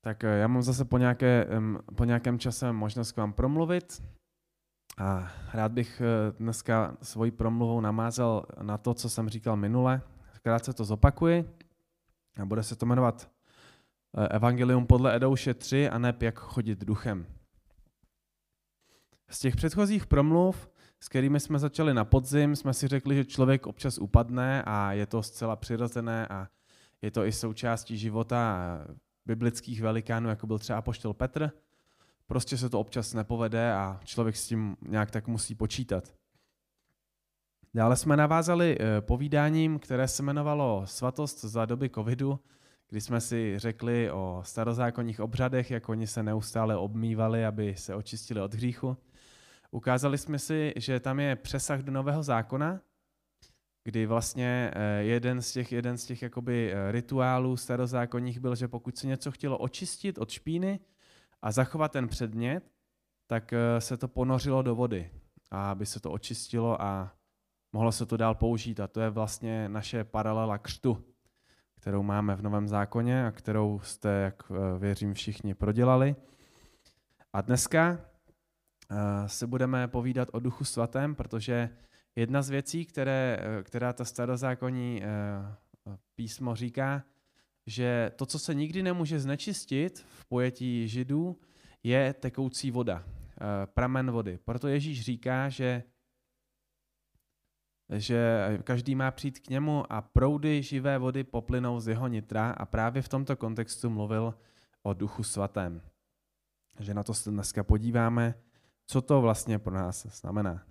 Tak já mám zase po nějakém čase možnost k vám promluvit a rád bych dneska svojí promluvou namázal na to, co jsem říkal minule. Krátce to zopakuji a bude se to jmenovat Evangelium podle Edouše 3 a neb jak chodit duchem. Z těch předchozích promluv, s kterými jsme začali na podzim, jsme si řekli, že člověk občas upadne a je to zcela přirozené a je to i součástí života biblických velikánů, jako byl třeba apoštol Petr. Prostě se to občas nepovede a člověk s tím nějak tak musí počítat. Dále jsme navázali povídáním, které se jmenovalo Svatost za doby covidu, kdy jsme si řekli o starozákonních obřadech, jak oni se neustále obmývali, aby se očistili od hříchu. Ukázali jsme si, že tam je přesah do Nového zákona, kdy vlastně jeden z těch jakoby rituálů starozákonních byl, že pokud se něco chtělo očistit od špíny a zachovat ten předmět, tak se to ponořilo do vody, aby se to očistilo a mohlo se to dál použít. A to je vlastně naše paralela křtu, kterou máme v Novém zákoně a kterou jste, jak věřím, všichni prodělali. A dneska se budeme povídat o Duchu svatém, protože jedna z věcí, která ta starozákonní písmo říká, že to, co se nikdy nemůže znečistit v pojetí Židů, je tekoucí voda, pramen vody. Proto Ježíš říká, že každý má přijít k němu a proudy živé vody poplynou z jeho nitra a právě v tomto kontextu mluvil o Duchu svatém. Že na to se dneska podíváme, co to vlastně pro nás znamená.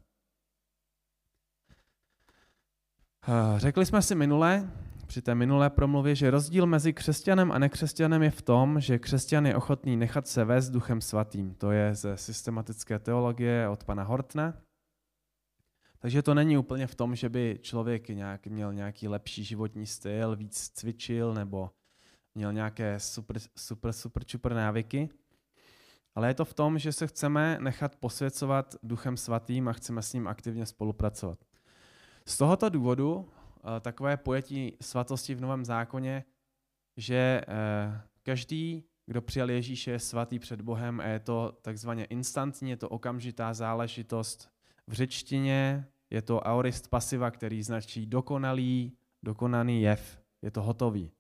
Řekli jsme si při té minulé promluvě, že rozdíl mezi křesťanem a nekřesťanem je v tom, že křesťan je ochotný nechat se vést Duchem svatým. To je ze systematické teologie od pana Hortna. Takže to není úplně v tom, že by člověk měl nějaký lepší životní styl, víc cvičil nebo měl nějaké super návyky. Ale je to v tom, že se chceme nechat posvěcovat Duchem svatým a chceme s ním aktivně spolupracovat. Z tohoto důvodu takové pojetí svatosti v Novém zákoně, že každý, kdo přijal Ježíše, je svatý před Bohem a je to takzvaně instantní, je to okamžitá záležitost. V řečtině je to aorist pasiva, který značí dokonaný jev. Je to hotový.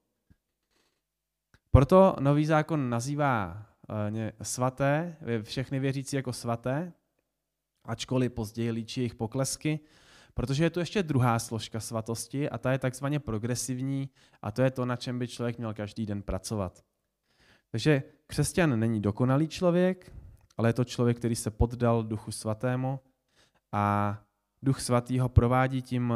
Proto Nový zákon nazývá svaté, všechny věřící jako svaté, ačkoliv později líčí jejich poklesky, protože je tu ještě druhá složka svatosti a ta je takzvaně progresivní a to je to, na čem by člověk měl každý den pracovat. Takže křesťan není dokonalý člověk, ale je to člověk, který se poddal Duchu svatému a Duch svatý ho provádí tím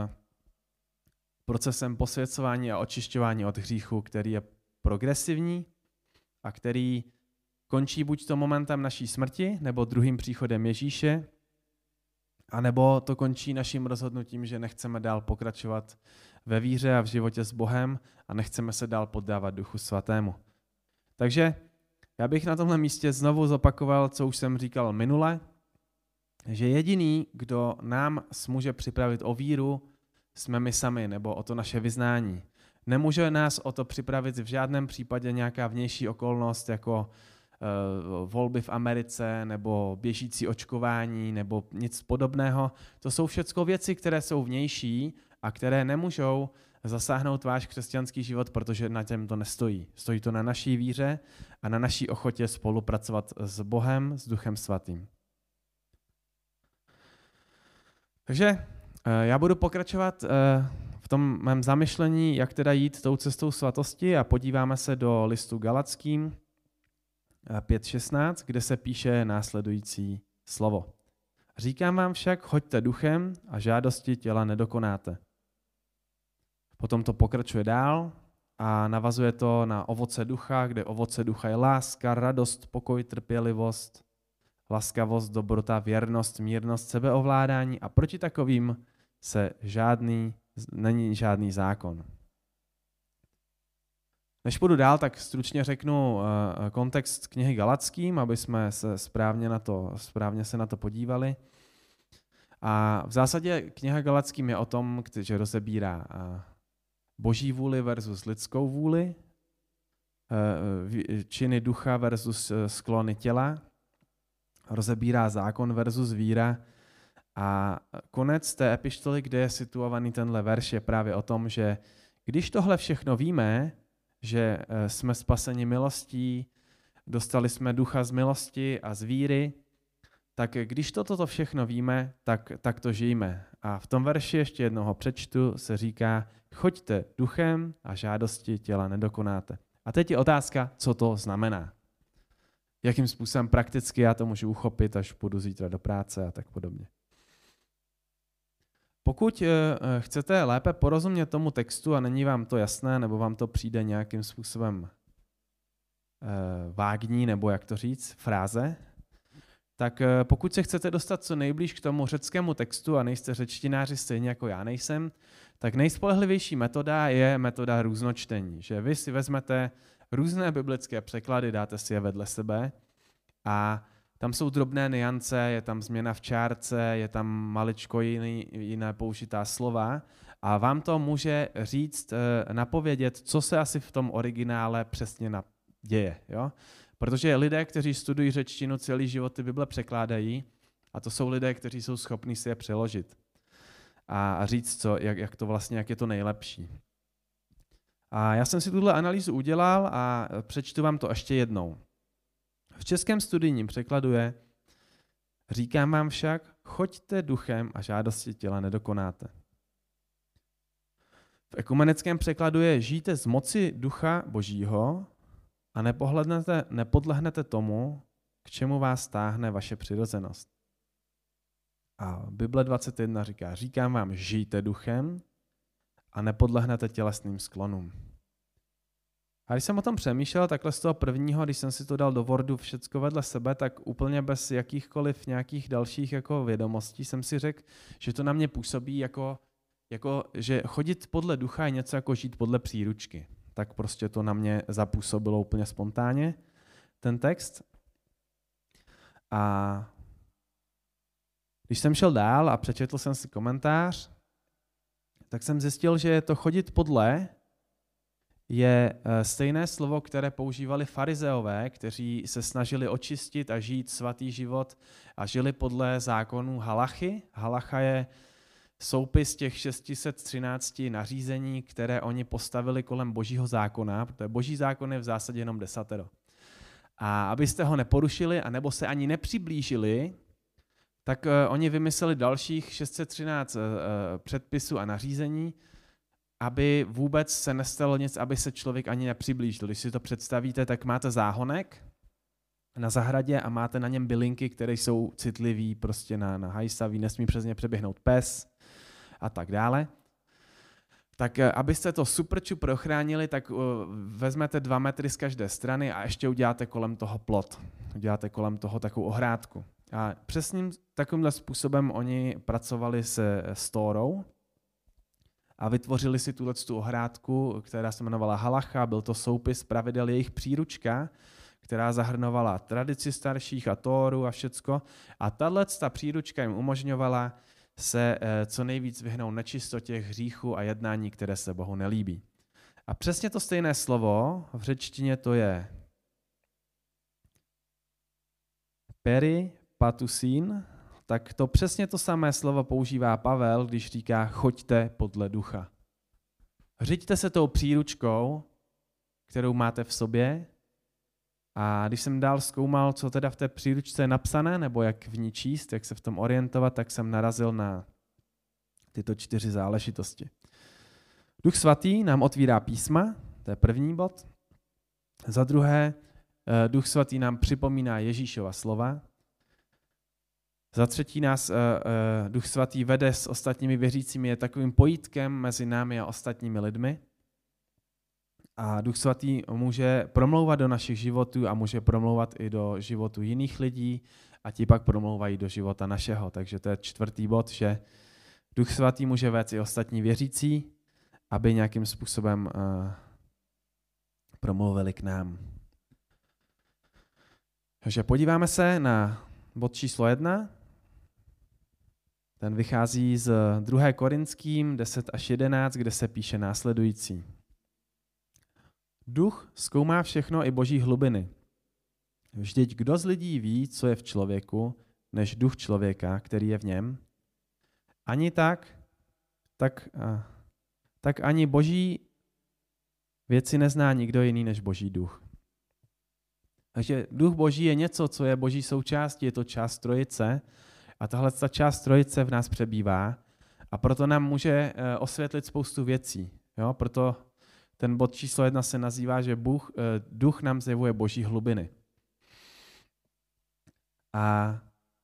procesem posvěcování a očišťování od hříchu, který je progresivní a který končí buď to momentem naší smrti, nebo druhým příchodem Ježíše, anebo to končí naším rozhodnutím, že nechceme dál pokračovat ve víře a v životě s Bohem a nechceme se dál poddávat Duchu svatému. Takže já bych na tomhle místě znovu zopakoval, co už jsem říkal minule, že jediný, kdo nám může připravit o víru, jsme my sami, nebo o to naše vyznání. Nemůže nás o to připravit v žádném případě nějaká vnější okolnost, jako volby v Americe, nebo běžící očkování, nebo nic podobného. To jsou všechno věci, které jsou vnější a které nemůžou zasáhnout váš křesťanský život, protože na těm to nestojí. Stojí to na naší víře a na naší ochotě spolupracovat s Bohem, s Duchem svatým. Takže já budu pokračovat v tom mém zamyšlení, jak teda jít tou cestou svatosti a podíváme se do listu Galackým 5.16, kde se píše následující slovo. Říkám vám však, choďte duchem a žádosti těla nedokonáte. Potom to pokračuje dál a navazuje to na ovoce ducha, kde ovoce ducha je láska, radost, pokoj, trpělivost, laskavost, dobrota, věrnost, mírnost, sebeovládání a proti takovým není žádný zákon. Než půjdu dál, tak stručně řeknu kontext knihy Galackým, aby jsme se správně se na to podívali. A v zásadě kniha Galackým je o tom, že rozebírá Boží vůli versus lidskou vůli činy ducha versus sklony těla, rozebírá zákon versus víra. A konec té epištoly, kde je situovaný tenhle verš, je právě o tom, že když tohle všechno víme, že jsme spaseni milostí, dostali jsme ducha z milosti a z víry, tak když toto všechno víme, tak to žijeme. A v tom verši ještě jednoho přečtu se říká, choďte duchem a žádosti těla nedokonáte. A teď je otázka, co to znamená. Jakým způsobem prakticky já to můžu uchopit, až půjdu zítra do práce a tak podobně. Pokud chcete lépe porozumět tomu textu a není vám to jasné, nebo vám to přijde nějakým způsobem vágní, nebo jak to říct, fráze, tak pokud se chcete dostat co nejblíž k tomu řeckému textu a nejste řečtináři stejně jako já nejsem, tak nejspolehlivější metoda je metoda různočtení, že vy si vezmete různé biblické překlady, dáte si je vedle sebe a tam jsou drobné nuance, je tam změna v čárce, je tam maličko jiné použitá slova a vám to může říct, napovědět, co se asi v tom originále přesně děje. Jo? Protože lidé, kteří studují řečtinu celý život, ty Bible překládají a to jsou lidé, kteří jsou schopní si je přeložit a říct, jak je to nejlepší. A já jsem si tuhle analýzu udělal a přečtu vám to ještě jednou. V českém studijním překladu je: říkám vám však, choďte duchem a žádosti těla nedokonáte. V ekumenickém překladu je: žijte z moci ducha božího a nepodlehnete tomu, k čemu vás táhne vaše přirozenost. A Bible 21 říká: říkám vám, žijte duchem a nepodlehnete tělesným sklonům. A když jsem o tom přemýšlel, takhle z toho prvního, když jsem si to dal do Wordu všecko vedle sebe, tak úplně bez jakýchkoliv nějakých dalších jako vědomostí jsem si řekl, že to na mě působí jako že chodit podle ducha je něco jako žít podle příručky. Tak prostě to na mě zapůsobilo úplně spontánně, ten text. A když jsem šel dál a přečetl jsem si komentář, tak jsem zjistil, že to chodit podle je stejné slovo, které používali farizeové, kteří se snažili očistit a žít svatý život a žili podle zákonů halachy. Halacha je soupis těch 613 nařízení, které oni postavili kolem božího zákona, protože boží zákon je v zásadě jenom 10. A abyste ho neporušili, anebo se ani nepřiblížili, tak oni vymysleli dalších 613 předpisů a nařízení, aby vůbec se nestalo nic, aby se člověk ani nepřiblížil. Když si to představíte, tak máte záhonek na zahradě a máte na něm bylinky, které jsou citlivý prostě na hajsaví, nesmí přes ně přeběhnout pes a tak dále. Tak abyste to superčup ochránili, tak vezmete 2 metry z každé strany a ještě uděláte kolem toho plot. Uděláte kolem toho takovou ohrádku. A přesným takovýmhle způsobem oni pracovali s Tórou a vytvořili si tu ohrádku, která se jmenovala halacha, byl to soupis pravidel jejich příručka, která zahrnovala tradici starších a Tóru a všecko. A ta příručka jim umožňovala se co nejvíc vyhnout nečistotě, hříchu a jednání, které se Bohu nelíbí. A přesně to stejné slovo v řečtině to je peripatusin, tak to přesně to samé slovo používá Pavel, když říká choďte podle ducha. Řiďte se tou příručkou, kterou máte v sobě, a když jsem dál zkoumal, co teda v té příručce je napsané, nebo jak v ní číst, jak se v tom orientovat, tak jsem narazil na tyto 4 záležitosti. Duch svatý nám otvírá písma, to je první bod. Za druhé, Duch svatý nám připomíná Ježíšova slova. Za třetí nás Duch svatý vede s ostatními věřícími, je takovým pojítkem mezi námi a ostatními lidmi. A Duch svatý může promlouvat do našich životů a může promlouvat i do životu jiných lidí a ti pak promlouvají do života našeho. Takže to je 4. bod, že Duch svatý může vést i ostatní věřící, aby nějakým způsobem promluvili k nám. Takže podíváme se na bod číslo 1. Ten vychází z 2. Korinským 10 až 11, kde se píše následující. Duch zkoumá všechno i boží hlubiny. Vždyť kdo z lidí ví, co je v člověku, než duch člověka, který je v něm? Ani tak ani boží věci nezná nikdo jiný než boží duch. Takže duch boží je něco, co je boží součástí, je to část trojice a tahle část trojice v nás přebývá a proto nám může osvětlit spoustu věcí. Jo? Proto ten bod číslo 1 se nazývá, že duch nám zjevuje boží hlubiny. A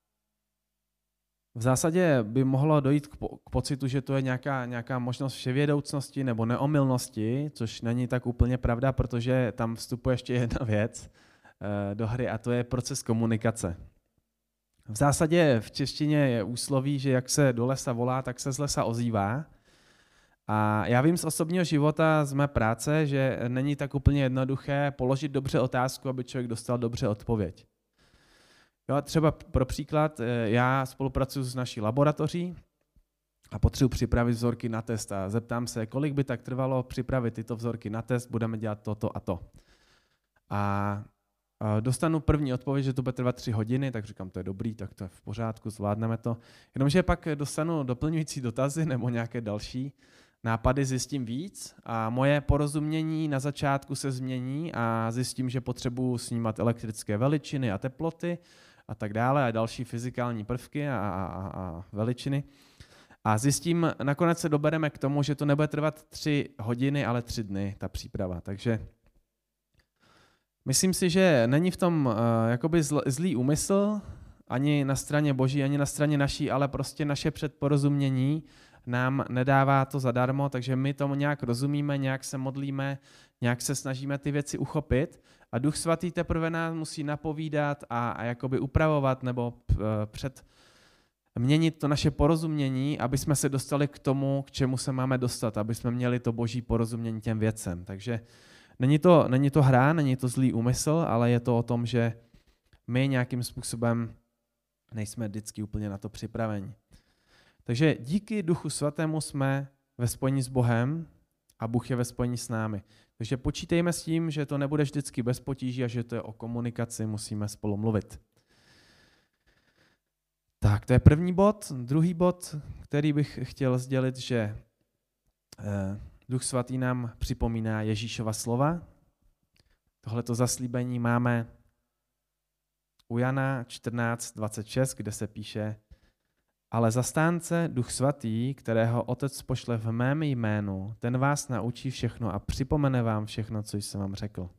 v zásadě by mohlo dojít k pocitu, že to je nějaká možnost vševědoucnosti nebo neomylnosti, což není tak úplně pravda, protože tam vstupuje ještě jedna věc do hry a to je proces komunikace. V zásadě v češtině je úsloví, že jak se do lesa volá, tak se z lesa ozývá. A já vím z osobního života, z mé práce, že není tak úplně jednoduché položit dobře otázku, aby člověk dostal dobře odpověď. Jo, třeba pro příklad, já spolupracuji s naší laboratoří a potřebuji připravit vzorky na test a zeptám se, kolik by tak trvalo připravit tyto vzorky na test, budeme dělat toto a to. A dostanu první odpověď, že to bude trvat 3 hodiny, tak říkám, to je dobrý, tak to je v pořádku, zvládneme to. Jenomže pak dostanu doplňující dotazy nebo nějaké další nápady, zjistím víc a moje porozumění na začátku se změní a zjistím, že potřebuji snímat elektrické veličiny a teploty a tak dále a další fyzikální prvky a veličiny. A zjistím, nakonec se dobereme k tomu, že to nebude trvat 3 hodiny, ale 3 dny, ta příprava. Takže myslím si, že není v tom jakoby zlý úmysl, ani na straně boží, ani na straně naší, ale prostě naše předporozumění nám nedává to zadarmo, takže my tomu nějak rozumíme, nějak se modlíme, nějak se snažíme ty věci uchopit a Duch Svatý teprve nás musí napovídat a jakoby upravovat nebo měnit to naše porozumění, aby jsme se dostali k tomu, k čemu se máme dostat, aby jsme měli to boží porozumění těm věcem. Takže není to hra, není to zlý úmysl, ale je to o tom, že my nějakým způsobem nejsme vždycky úplně na to připraveni. Takže díky Duchu Svatému jsme ve spojení s Bohem a Bůh je ve spojení s námi. Takže počítejme s tím, že to nebude vždycky bez potíží a že to je o komunikaci, musíme spolu mluvit. Tak, to je první bod. Druhý bod, který bych chtěl sdělit, že Duch Svatý nám připomíná Ježíšova slova. Tohleto zaslíbení máme u Jana 14:26, kde se píše: ale zastánce Duch Svatý, kterého Otec pošle v mém jménu, ten vás naučí všechno a připomene vám všechno, co jsem vám řekl.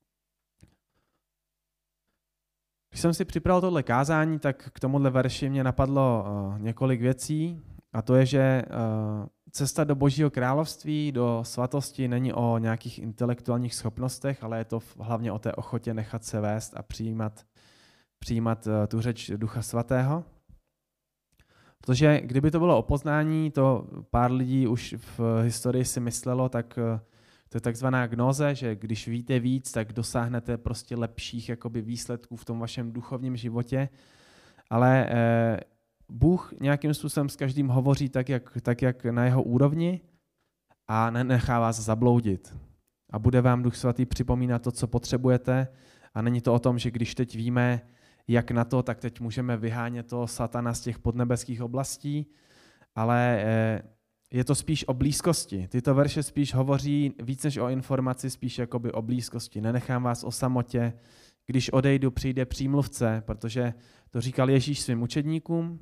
Když jsem si připravil tohle kázání, tak k tomuhle verši mě napadlo několik věcí a to je, že cesta do Božího království, do svatosti není o nějakých intelektuálních schopnostech, ale je to hlavně o té ochotě nechat se vést a přijímat tu řeč Ducha Svatého. Protože kdyby to bylo o poznání, to pár lidí už v historii si myslelo, tak to je takzvaná gnóze, že když víte víc, tak dosáhnete prostě lepších jakoby výsledků v tom vašem duchovním životě. Ale Bůh nějakým způsobem s každým hovoří tak, jak na jeho úrovni a nenechá vás zabloudit. A bude vám Duch Svatý připomínat to, co potřebujete. A není to o tom, že když teď víme, jak na to, tak teď můžeme vyhánět toho satana z těch podnebeských oblastí, ale je to spíš o blízkosti. Tyto verše spíš hovoří víc než o informaci, spíš jakoby o blízkosti. Nenechám vás o samotě, když odejdu, přijde přímluvce, protože to říkal Ježíš svým učedníkům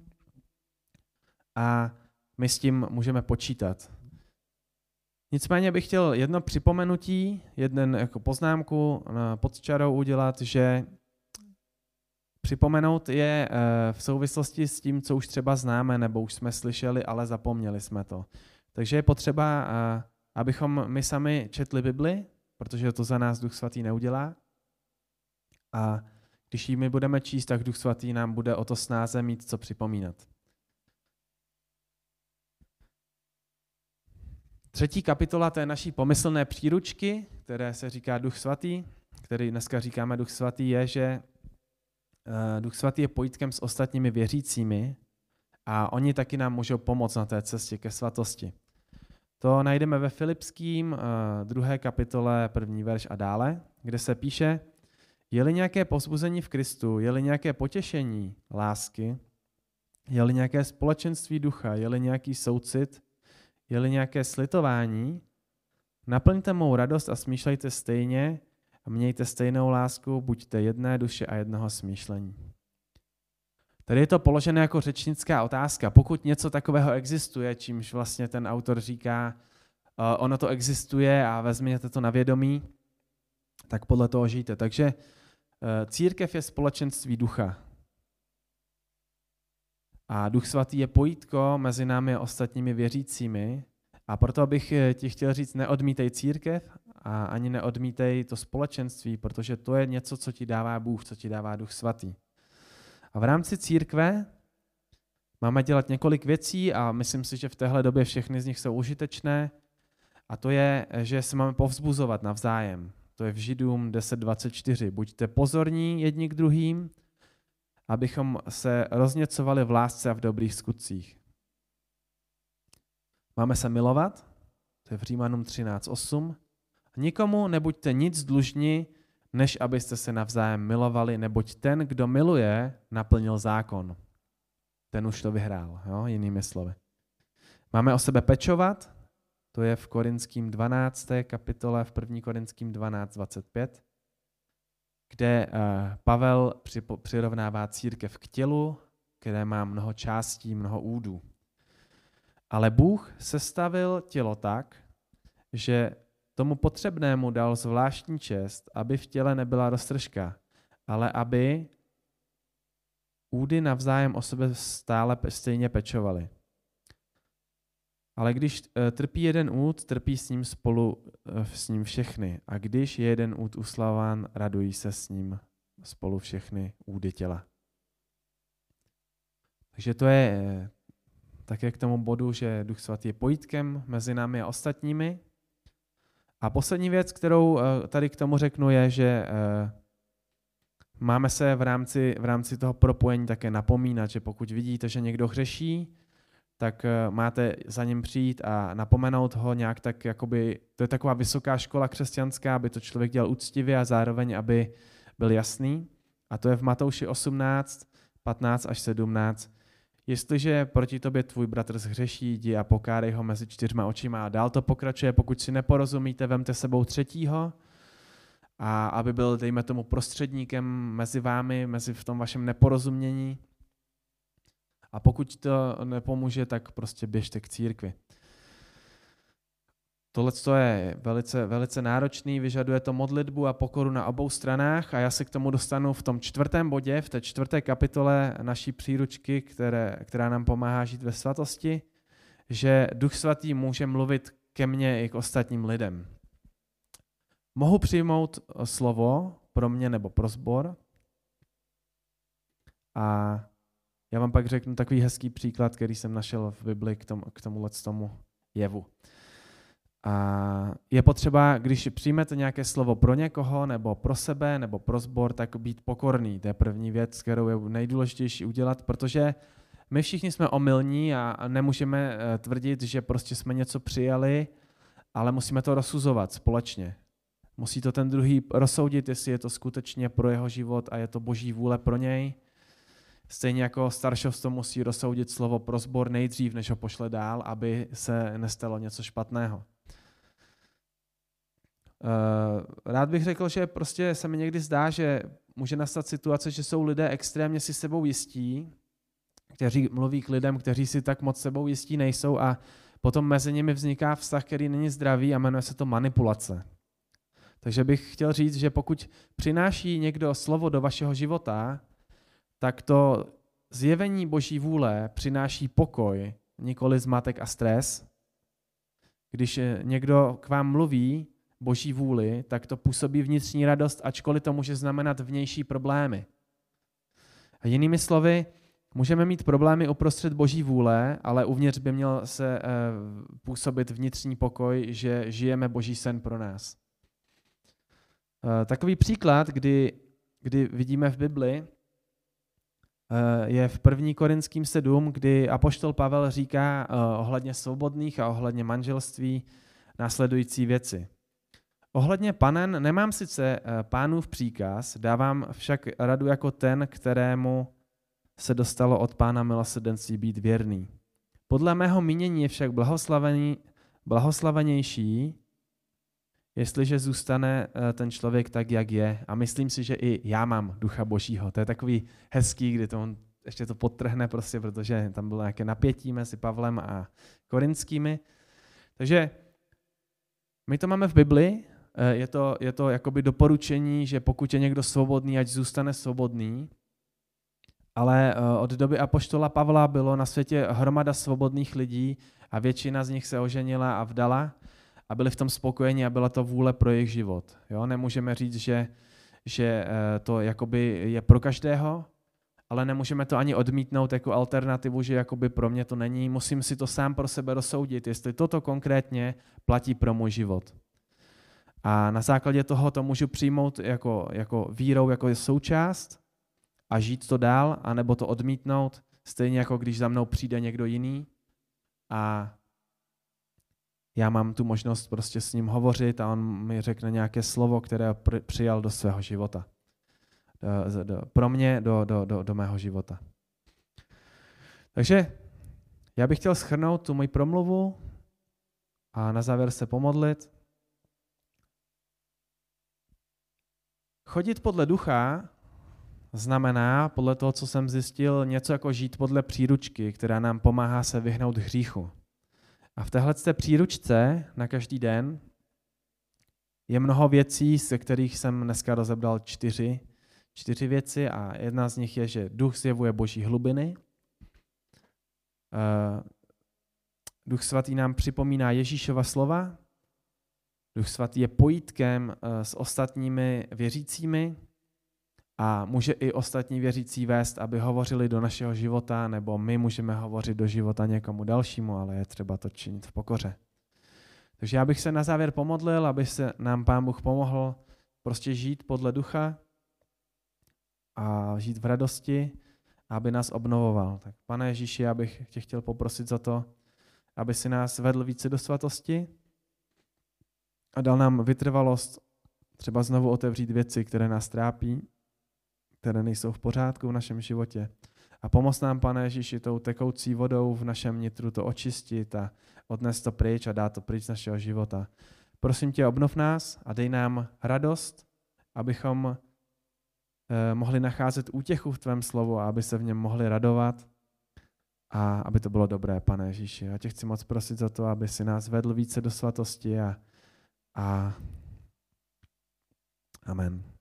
a my s tím můžeme počítat. Nicméně bych chtěl jedno připomenutí, jeden jako poznámku pod čarou udělat, že připomenout je v souvislosti s tím, co už třeba známe nebo už jsme slyšeli, ale zapomněli jsme to. Takže je potřeba, abychom my sami četli Bibli, protože to za nás Duch Svatý neudělá. A když ji my budeme číst, tak Duch Svatý nám bude o to snáze mít co připomínat. 3. kapitola, to je naší pomyslné příručky, které se říká Duch Svatý, který dneska říkáme Duch Svatý, je, že Duch Svatý je pojítkem s ostatními věřícími a oni taky nám můžou pomoct na té cestě ke svatosti. To najdeme ve Filipským 2. kapitole 1. verš a dále, kde se píše: Je-li nějaké povzbuzení v Kristu, je-li nějaké potěšení lásky, je-li nějaké společenství ducha, je-li nějaký soucit, je-li nějaké slitování, naplňte mou radost a smýšlejte stejně a mějte stejnou lásku, buďte jedné duše a jednoho smýšlení. Tady je to položené jako řečnická otázka. Pokud něco takového existuje, čímž vlastně ten autor říká, ono to existuje a vezměte to na vědomí, tak podle toho žijte. Takže církev je společenství ducha. A Duch Svatý je pojítko mezi námi a ostatními věřícími. A proto bych ti chtěl říct, neodmítej církev a ani neodmítej to společenství, protože to je něco, co ti dává Bůh, co ti dává Duch Svatý. A v rámci církve máme dělat několik věcí a myslím si, že v téhle době všechny z nich jsou užitečné. A to je, že se máme povzbuzovat navzájem. To je v Židům 10:24. Buďte pozorní jedni k druhým, abychom se rozněcovali v lásce a v dobrých skutcích. Máme se milovat, to je v Římanům 13:8. Nikomu nebuďte nic dlužni, než abyste se navzájem milovali, neboť ten, kdo miluje, naplnil zákon. Ten už to vyhrál, jo? Jinými slovy. Máme o sebe pečovat, to je v Korinským 12. kapitole, v 1. Korinským 12:25, kde Pavel přirovnává církev k tělu, které má mnoho částí, mnoho údů. Ale Bůh sestavil tělo tak, že tomu potřebnému dal zvláštní čest, aby v těle nebyla roztržka, ale aby údy navzájem o sebe stále stejně pečovaly. Ale když trpí jeden úd, trpí s ním spolu s ním všechny. A když je jeden úd uslaván, radují se s ním spolu všechny údy těla. Takže to je také k tomu bodu, že Duch Svatý je pojítkem mezi námi a ostatními. A poslední věc, kterou tady k tomu řeknu, je, že máme se v rámci toho propojení také napomínat, že pokud vidíte, že někdo hřeší, tak máte za ním přijít a napomenout ho nějak tak, jakoby, to je taková vysoká škola křesťanská, aby to člověk dělal úctivě a zároveň, aby byl jasný. A to je v Matouši 18, 15 až 17. Jestliže proti tobě tvůj bratr zhřeší, jdi a pokárej ho mezi 4 očima. A dál to pokračuje, pokud si neporozumíte, vemte sebou 3. a aby byl, dejme tomu, prostředníkem mezi vámi, v tom vašem neporozumění. A pokud to nepomůže, tak prostě běžte k církvi. Tohle je velice, velice náročný, vyžaduje to modlitbu a pokoru na obou stranách a já se k tomu dostanu v tom 4. bodě, v té 4. kapitole naší příručky, která nám pomáhá žít ve svatosti, že Duch Svatý může mluvit ke mně i k ostatním lidem. Mohu přijmout slovo pro mě nebo pro sbor a já vám pak řeknu takový hezký příklad, který jsem našel v Bibli k tomu jevu. A je potřeba, když přijmete nějaké slovo pro někoho, nebo pro sebe, nebo pro sbor, tak být pokorný. To je první věc, kterou je nejdůležitější udělat, protože my všichni jsme omylní a nemůžeme tvrdit, že prostě jsme něco přijali, ale musíme to rozsuzovat společně. Musí to ten druhý rozsoudit, jestli je to skutečně pro jeho život a je to boží vůle pro něj. Stejně jako staršovstvo musí rozsoudit slovo pro sbor nejdřív, než ho pošle dál, aby se nestalo něco špatného. Rád bych řekl, že prostě se mi někdy zdá, že může nastat situace, že jsou lidé extrémně si sebou jistí, kteří mluví k lidem, kteří si tak moc sebou jistí nejsou a potom mezi nimi vzniká vztah, který není zdravý a jmenuje se to manipulace. Takže bych chtěl říct, že pokud přináší někdo slovo do vašeho života, tak to zjevení boží vůle přináší pokoj, nikoli zmatek a stres. Když někdo k vám mluví boží vůli, tak to působí vnitřní radost, ačkoliv to může znamenat vnější problémy. A jinými slovy, můžeme mít problémy uprostřed boží vůle, ale uvnitř by měl se působit vnitřní pokoj, že žijeme boží sen pro nás. Takový příklad, kdy vidíme v Bibli, je v 1. Korinským 7, kdy apoštol Pavel říká ohledně svobodných a ohledně manželství následující věci. Ohledně panen nemám sice pánův příkaz, dávám však radu jako ten, kterému se dostalo od Pána milosrdenství být věrný. Podle mého mínění je však blahoslavenější, jestliže zůstane ten člověk tak, jak je. A myslím si, že i já mám Ducha Božího. To je takový hezký, kdy to on ještě to podtrhne, prostě, protože tam bylo nějaké napětí mezi Pavlem a Korinskými. Takže my to máme v Bibli, je to jakoby doporučení, že pokud je někdo svobodný, ať zůstane svobodný, ale od doby apoštola Pavla bylo na světě hromada svobodných lidí a většina z nich se oženila a vdala a byli v tom spokojeni a byla to vůle pro jejich život. Jo? Nemůžeme říct, že to jakoby je pro každého, ale nemůžeme to ani odmítnout jako alternativu, že jakoby pro mě to není. Musím si to sám pro sebe rozsoudit, jestli toto konkrétně platí pro můj život. A na základě toho to můžu přijmout jako vírou, jako součást a žít to dál, anebo to odmítnout, stejně jako když za mnou přijde někdo jiný a já mám tu možnost prostě s ním hovořit a on mi řekne nějaké slovo, které přijal do svého života. Pro mě do mého života. Takže já bych chtěl shrnout tu moji promluvu a na závěr se pomodlit. Chodit podle ducha znamená, podle toho, co jsem zjistil, něco jako žít podle příručky, která nám pomáhá se vyhnout hříchu. A v téhleté příručce na každý den je mnoho věcí, ze kterých jsem dneska rozebral čtyři věci a jedna z nich je, že duch zjevuje boží hlubiny. Duch svatý nám připomíná Ježíšova slova. Duch svatý je pojítkem s ostatními věřícími a může i ostatní věřící vést, aby hovořili do našeho života, nebo my můžeme hovořit do života někomu dalšímu, ale je třeba to činit v pokoře. Takže já bych se na závěr pomodlil, aby se nám Pán Bůh pomohl prostě žít podle ducha a žít v radosti, aby nás obnovoval. Tak Pane Ježíši, já bych tě chtěl poprosit za to, aby si nás vedl více do svatosti a dal nám vytrvalost třeba znovu otevřít věci, které nás trápí, které nejsou v pořádku v našem životě. A pomoz nám, Pane Ježíši, tou tekoucí vodou v našem nitru to očistit a odnést to pryč a dát to pryč z našeho života. Prosím tě, obnov nás a dej nám radost, abychom mohli nacházet útěchu v tvém slovu a aby se v něm mohli radovat a aby to bylo dobré, Pane Ježíši. Já tě chci moc prosit za to, aby si nás vedl více do svatosti a amen.